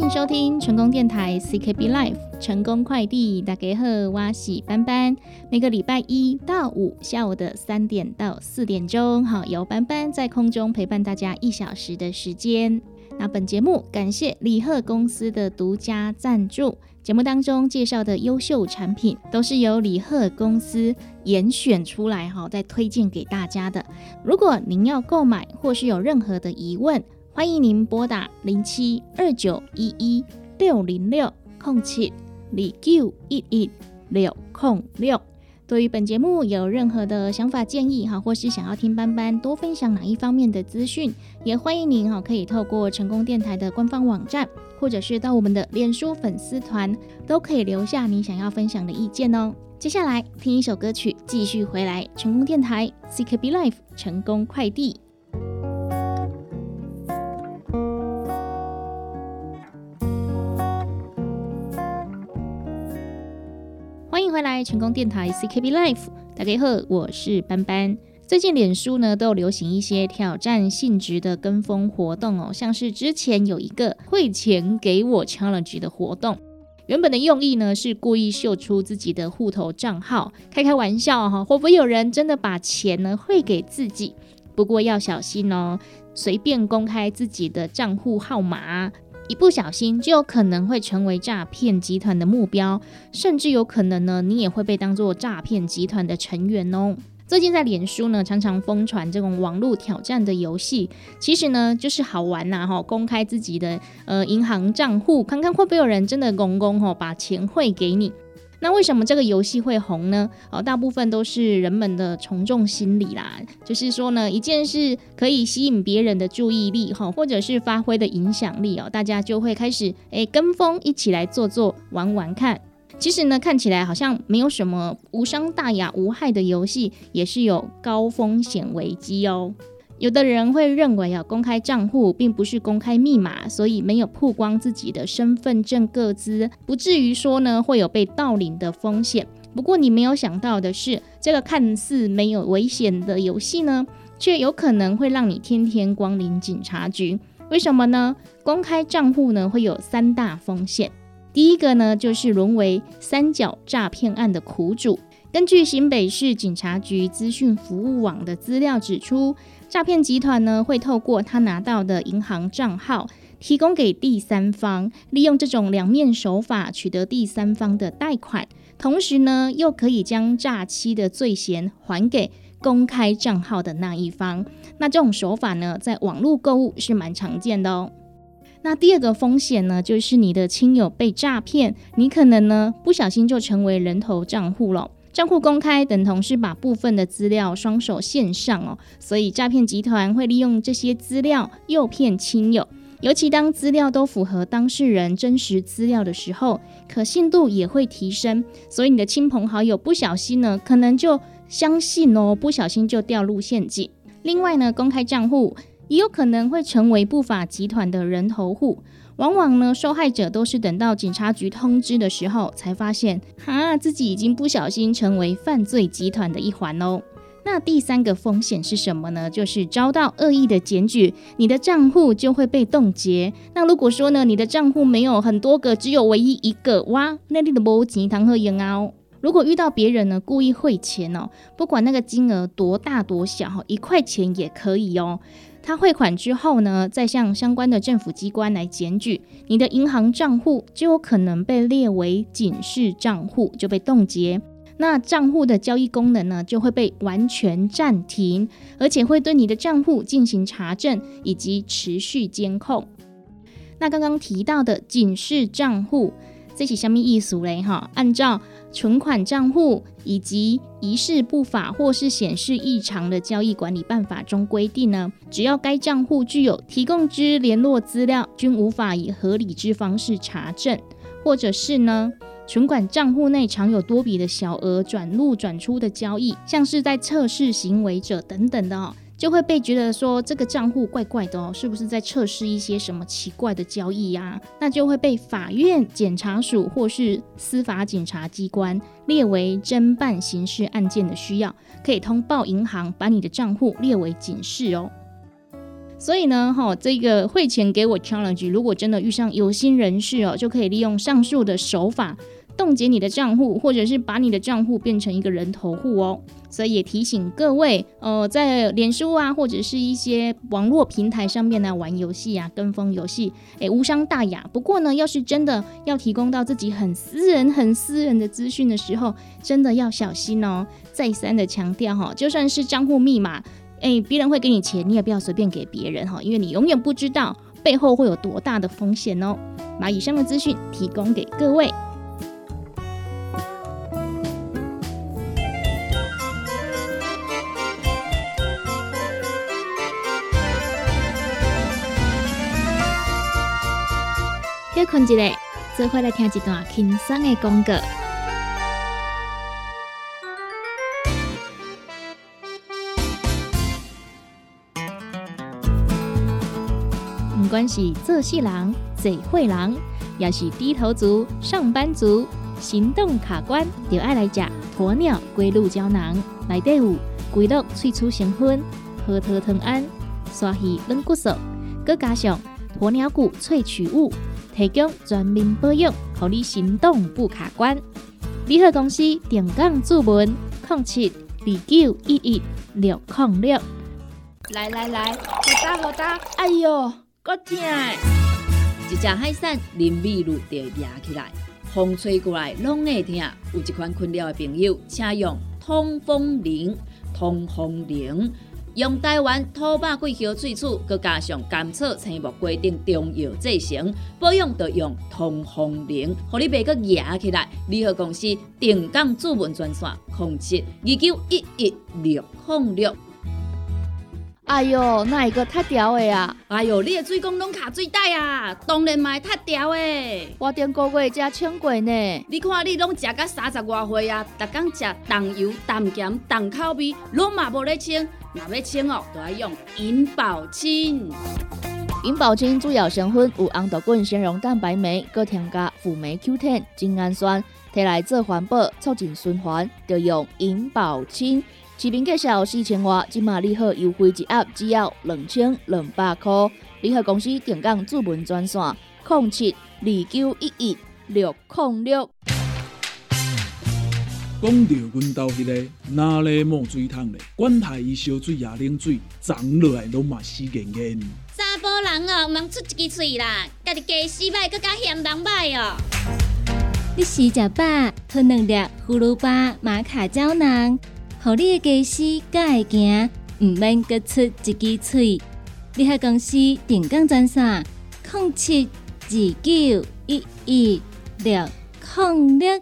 迎收听成功电台 CKB Life 成功快递。大家好，我是班班。每个礼拜一到五下午的3点到4点钟，由班班在空中陪伴大家1小时的时间。那本节目感谢礼贺公司的独家赞助，节目当中介绍的优秀产品都是由礼贺公司严选出来再推荐给大家的。如果您要购买或是有任何的疑问，欢迎您拨打07291160760729116006。对于本节目有任何的想法建议或是想要听班班多分享哪一方面的资讯，也欢迎您可以透过成功电台的官方网站，或者是到我们的脸书粉丝团，都可以留下你想要分享的意见哦。接下来听一首歌曲，继续回来成功电台 CKB Life 成功快递。欢迎回来成功电台 CKB Life， 大家好，我是班班。最近脸书呢都有流行一些挑战性质的跟风活动像是之前有一个汇钱给我 challenge 的活动，原本的用意呢是故意秀出自己的户头账号，开玩笑会不会有人真的把钱呢汇给自己？不过要小心随便公开自己的账户号码，一不小心就有可能会成为诈骗集团的目标，甚至有可能呢你也会被当作诈骗集团的成员哦。最近在脸书呢常常疯传这种网络挑战的游戏，其实呢就是好玩公开自己的银行账户，看看会不会有人真的公把钱汇给你。那为什么这个游戏会红呢？大部分都是人们的从众心理啦，就是说呢，一件事可以吸引别人的注意力或者是发挥的影响力大家就会开始跟风一起来做玩看。其实呢，看起来好像没有什么无伤大雅无害的游戏，也是有高风险危机哦。有的人会认为公开账户并不是公开密码，所以没有曝光自己的身份证个资，不至于说呢会有被盗领的风险。不过你没有想到的是，这个看似没有危险的游戏呢，却有可能会让你天天光临警察局。为什么呢？公开账户呢会有3大风险。第一个呢就是沦为三角诈骗案的苦主。根据新北市警察局资讯服务网的资料指出，诈骗集团呢会透过他拿到的银行账号提供给第三方，利用这种两面手法取得第三方的贷款，同时呢又可以将诈欺的罪嫌还给公开账号的那一方。那这种手法呢在网络购物是蛮常见的哦。那第二个风险呢，就是你的亲友被诈骗，你可能呢不小心就成为人头账户了。账户公开等同是把部分的资料双手献上所以诈骗集团会利用这些资料诱骗亲友，尤其当资料都符合当事人真实资料的时候，可信度也会提升，所以你的亲朋好友不小心呢可能就相信不小心就掉入陷阱。另外呢，公开账户也有可能会成为不法集团的人头户，往往呢受害者都是等到警察局通知的时候才发现自己已经不小心成为犯罪集团的一环哦。那第三个风险是什么呢？就是遭到恶意的检举，你的账户就会被冻结。那如果说呢你的账户没有很多个，只有唯一一个，哇，那你就没钱通好用啊。如果遇到别人呢故意汇钱不管那个金额多大多小，1块钱也可以他汇款之后呢，再向相关的政府机关来检举，你的银行账户就有可能被列为警示账户，就被冻结。那账户的交易功能呢，就会被完全暂停，而且会对你的账户进行查证以及持续监控。那刚刚提到的警示账户，这是什么意思嘞？按照存款账户以及疑似不法或是显示异常的交易管理办法中规定呢，只要该账户具有提供之联络资料，均无法以合理之方式查证，或者是呢存款账户内常有多笔的小额转入转出的交易，像是在测试行为者等等的就会被觉得说这个账户怪怪的是不是在测试一些什么奇怪的交易啊？那就会被法院、检察署或是司法警察机关列为侦办刑事案件的需要，可以通报银行把你的账户列为警示所以呢，这个汇钱给我 challenge， 如果真的遇上有心人士就可以利用上述的手法冻结你的账户，或者是把你的账户变成一个人头户哦。所以也提醒各位，在脸书啊，或者是一些网络平台上面呢，玩游戏啊，跟风游戏，无伤大雅。不过呢，要是真的要提供到自己很私人的资讯的时候，真的要小心哦。再三的强调就算是账户密码，别人会给你钱，你也不要随便给别人因为你永远不知道背后会有多大的风险哦。把以上的资讯提供给各位。休困一下，做伙来听一段轻松的广告。不管是做事人、做伙人，也是低头族、上班族，行动卡关，就爱来吃鸵鸟龟鹿胶囊。内底有龟鹿萃取成分、核桃藤胺、鲨鱼软骨素，再加上鸵鸟骨萃取物。提供全面保养，让你行动不卡关。联合公司定岗注文0729116006。 来，好打，哎呦，够痛！一只海扇淋米露就压起来，风吹过来拢会痛。有一款困扰的朋友，请用通风灵。用台湾土白桂花萃取，佮加上甘草、青木规定中药制成，保养就用通风灵，互你袂佮压起来。联合公司定岗主文专线0729116006。 哎哟，哪一个太屌的啊？ 哎哟，你的水管拢卡水袋啊，当然嘛会太屌的。 我顶个月才称过呢。 你看你拢食到30外岁啊，逐工食重油、重咸、重口味，拢嘛无咧清。若要清就要用银保清。 银保清主要成分有红豆滚、纤溶蛋白酶，佮添加辅酶 Q10、精氨酸，摕来做环保，促进循环，就用银保清。市面价小4000外，今嘛利好优惠一盒只要2200块。联合公司定岗主文专线0729116006。 讲到阮兜迄个哪里冒水桶咧，管他伊烧水也冷水，长落来拢嘛死严严。 查甫人毋通出一支嘴啦，家己家洗歹，更加嫌人歹哦。 你时食饱，吞2粒葫芦巴、玛卡胶囊。互你的家私才会行，毋免各出一支嘴。联合公司定岗专线0729116006。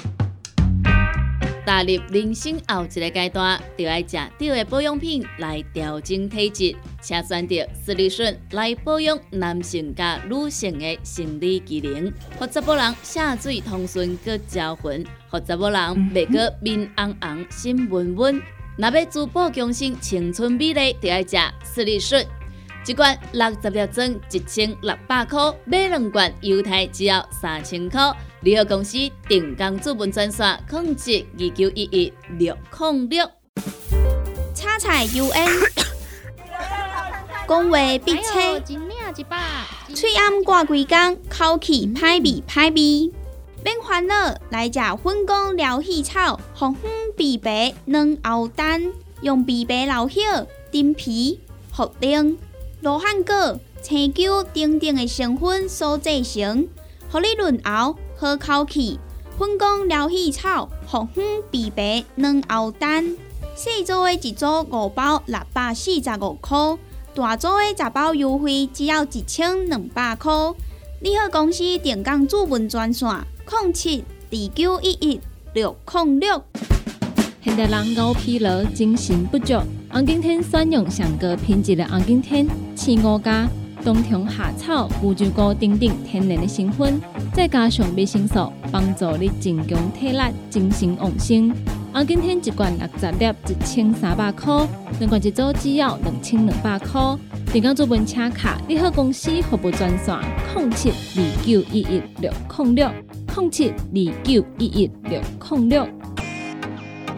踏入人生后一个阶段，就要食对的保养品来调整体质，请选择斯利顺来保养男性加女性的生理机能，让查甫人下水通顺佮招魂，让查甫人袂佮面红红、心温温。若要珠宝强身、青春美丽，就要食斯利顺。一罐60粒装1600块，买2罐犹太只要3000块。联合公司定岗主文专线0729116006。 炒菜 UN， 讲话必切，嘴暗挂规工，口气歹味歹味。免烦恼，来食粉公疗气草，红粉枇杷软藕蛋，用枇杷老叶、陈皮、茯苓、罗汉果、青椒等等的成分所制成，互你润喉好口气。粉公疗气草，红粉枇杷软藕蛋，细组的一组5包645块，大组的10包优惠只要1200块。联合公司定岗主文专线0729116006。 现代人熬疲劳、精神不足，红景天选用上高品质的红景天青5加，冬虫夏草、乌鸡菇等等天然的成分，再加上维生素，帮助你增强体力、精神旺盛。红景天一罐60粒1300块，2罐一组只要2200块。定岗主文车卡，联合公司服务专线0729116006，0729116006。 欢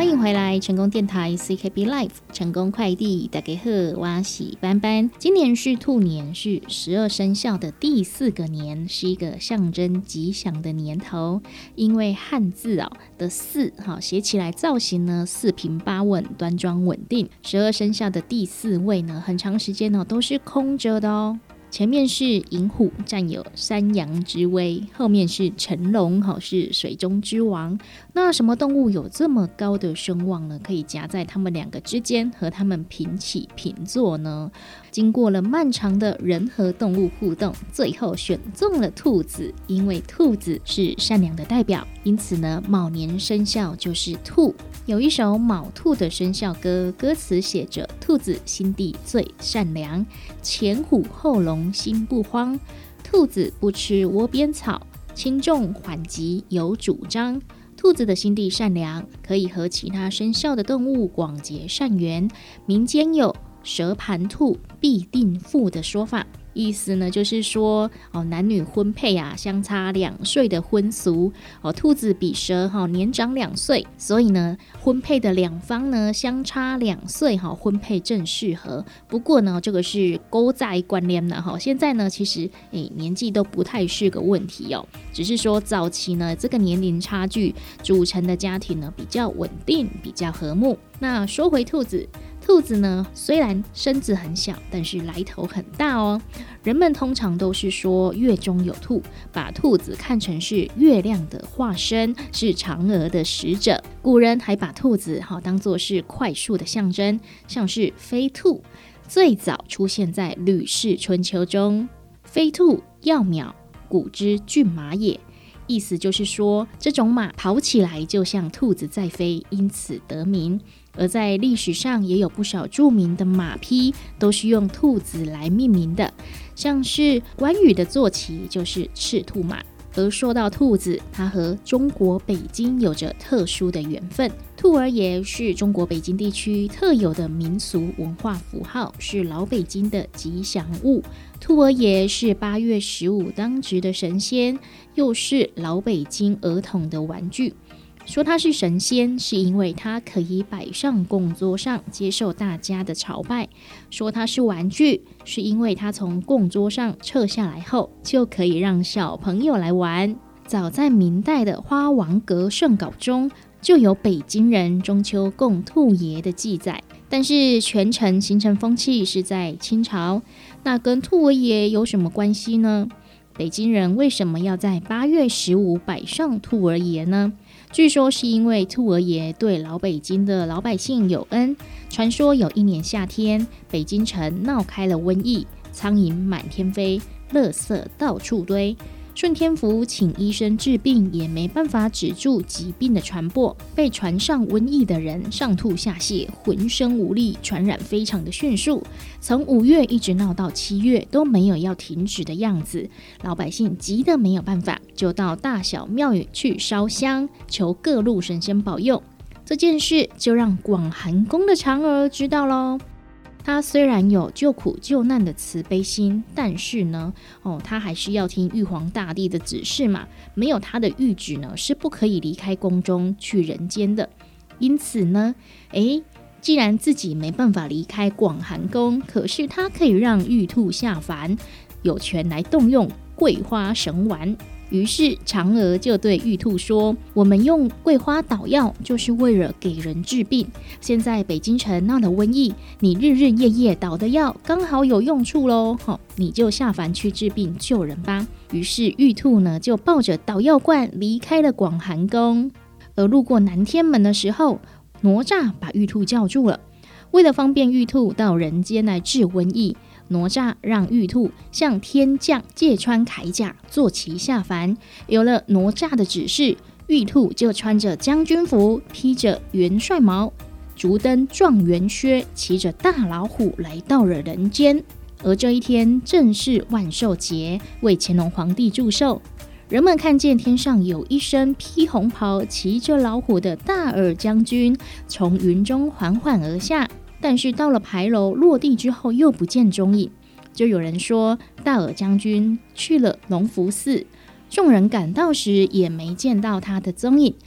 欢迎回来成功电台 CKB Life 成功快递，大家好，我是班班。今年是兔年，是12生肖的第4个年，是一个象征吉祥的年头。因为汉字的4写起来造型呢4平8稳，端庄稳定。12生肖的第4位呢，很长时间都是空着的哦。前面是寅虎，占有山羊之威，后面是辰龙，是水中之王。那什么动物有这么高的声望呢？可以夹在他们2个之间，和他们平起平坐呢？经过了漫长的人和动物互动，最后选中了兔子，因为兔子是善良的代表，因此呢，卯年生肖就是兔。有一首卯兔的生肖歌，歌词写着：兔子心地最善良，前虎后龙心不慌，兔子不吃窝边草，轻重缓急有主张。兔子的心地善良，可以和其他生肖的动物广结善缘。民间有蛇盘兔必定富的说法，意思呢就是说男女婚配相差2岁的婚俗兔子比蛇年长2岁，所以呢婚配的2方呢相差2岁婚配正适合。不过呢这个是古早观念啦现在呢其实年纪都不太是个问题只是说早期呢这个年龄差距组成的家庭呢比较稳定，比较和睦。那说回兔子呢虽然身子很小，但是来头很大哦。人们通常都是说月中有兔，把兔子看成是月亮的化身，是嫦娥的使者。古人还把兔子当作是快速的象征，像是飞兔，最早出现在《吕氏春秋》中。飞兔要渺，古之骏马也。意思就是说，这种马跑起来就像兔子在飞，因此得名。而在历史上也有不少著名的马匹都是用兔子来命名的，像是关羽的坐骑就是赤兔马。而说到兔子，它和中国北京有着特殊的缘分。兔儿爷是中国北京地区特有的民俗文化符号，是老北京的吉祥物。兔儿爷是8月15当值的神仙，又是老北京儿童的玩具。说他是神仙，是因为他可以摆上供桌上，接受大家的朝拜。说他是玩具，是因为他从供桌上撤下来后，就可以让小朋友来玩。早在明代的《花王阁圣稿》中，就有北京人中秋供兔爷的记载。但是全城形成风气是在清朝，那跟兔儿爷有什么关系呢？北京人为什么要在8月15摆上兔儿爷呢？据说是因为兔儿爷对老北京的老百姓有恩。传说有一年夏天，北京城闹开了瘟疫，苍蝇满天飞，垃圾到处堆。顺天府请医生治病，也没办法止住疾病的传播。被传上瘟疫的人上吐下泻，浑身无力，传染非常的迅速。从5月一直闹到7月，都没有要停止的样子。老百姓急得没有办法，就到大小庙宇去烧香，求各路神仙保佑。这件事就让广寒宫的嫦娥知道咯。他虽然有救苦救难的慈悲心，但是呢，他还是要听玉皇大帝的指示嘛。没有他的谕旨呢，是不可以离开宫中去人间的。因此呢，既然自己没办法离开广寒宫，可是他可以让玉兔下凡，有权来动用桂花神丸。于是嫦娥就对玉兔说，我们用桂花捣药就是为了给人治病，现在北京城闹了瘟疫，你日日夜夜捣的药刚好有用处咯，你就下凡去治病救人吧。于是玉兔呢就抱着捣药罐离开了广寒宫。而路过南天门的时候，哪吒把玉兔叫住了。为了方便玉兔到人间来治瘟疫，哪吒让玉兔向天将借穿铠甲，坐骑下凡。有了哪吒的指示，玉兔就穿着将军服，披着元帅帽，足蹬状元靴，骑着大老虎来到了人间。而这一天正是万寿节，为乾隆皇帝祝寿。人们看见天上有一身披红袍、骑着老虎的大耳将军从云中缓缓而下，但是到了牌楼落地之后又不见踪影。就有人说大耳将军去了隆福寺，众人赶到时也没见到他的踪影。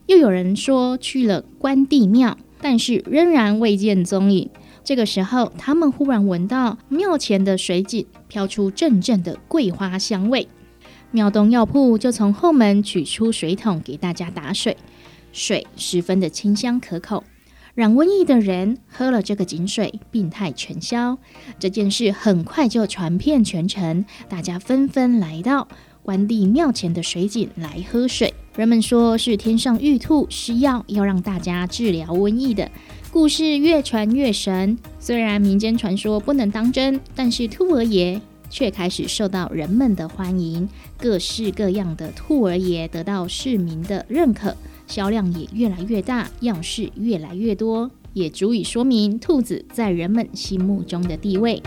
又有人说去了关帝庙，但是仍然未见踪影。这个时候，他们忽然闻到庙前的水井飘出阵阵的桂花香味。庙东药铺就从后门取出水桶给大家打水，水十分的清香可口。染瘟疫的人喝了这个井水，病态全消。这件事很快就传遍全城，大家纷纷来到关帝庙前的水井来喝水。人们说是天上玉兔施药，要让大家治疗瘟疫的。故事越传越神，虽然民间传说不能当真，但是兔儿爷却开始受到人们的欢迎，各式各样的兔儿爷得到市民的认可，销量也越来越大，样式越来越多，也足以说明兔子在人们心目中的地位。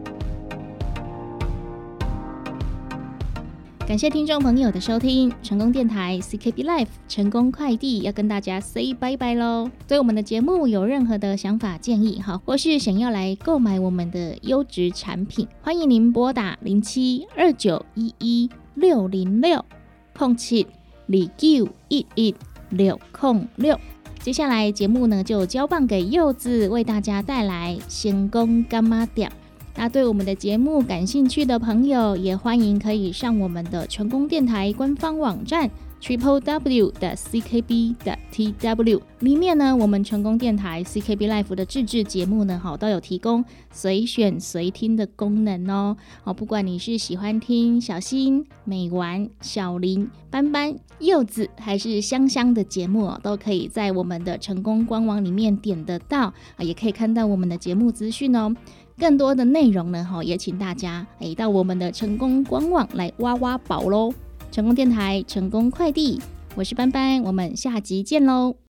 感谢听众朋友的收听，成功电台 CKB Life 成功快递要跟大家 say 拜拜咯。对我们的节目有任何的想法建议或是想要来购买我们的优质产品，欢迎您拨打072911606729111606。接下来节目呢就交棒给柚子，为大家带来成功干妈店。那对我们的节目感兴趣的朋友，也欢迎可以上我们的成功电台官方网站 www.ckb.tw 里面呢，我们成功电台 CKB Life 的自制节目呢，都有提供随选随听的功能哦。不管你是喜欢听小新、美丸、小林、斑斑、柚子还是香香的节目都可以在我们的成功官网里面点得到，也可以看到我们的节目资讯哦。更多的内容呢，也请大家到我们的成功官网来挖挖宝咯。成功电台成功快递，我是斑斑，我们下集见咯。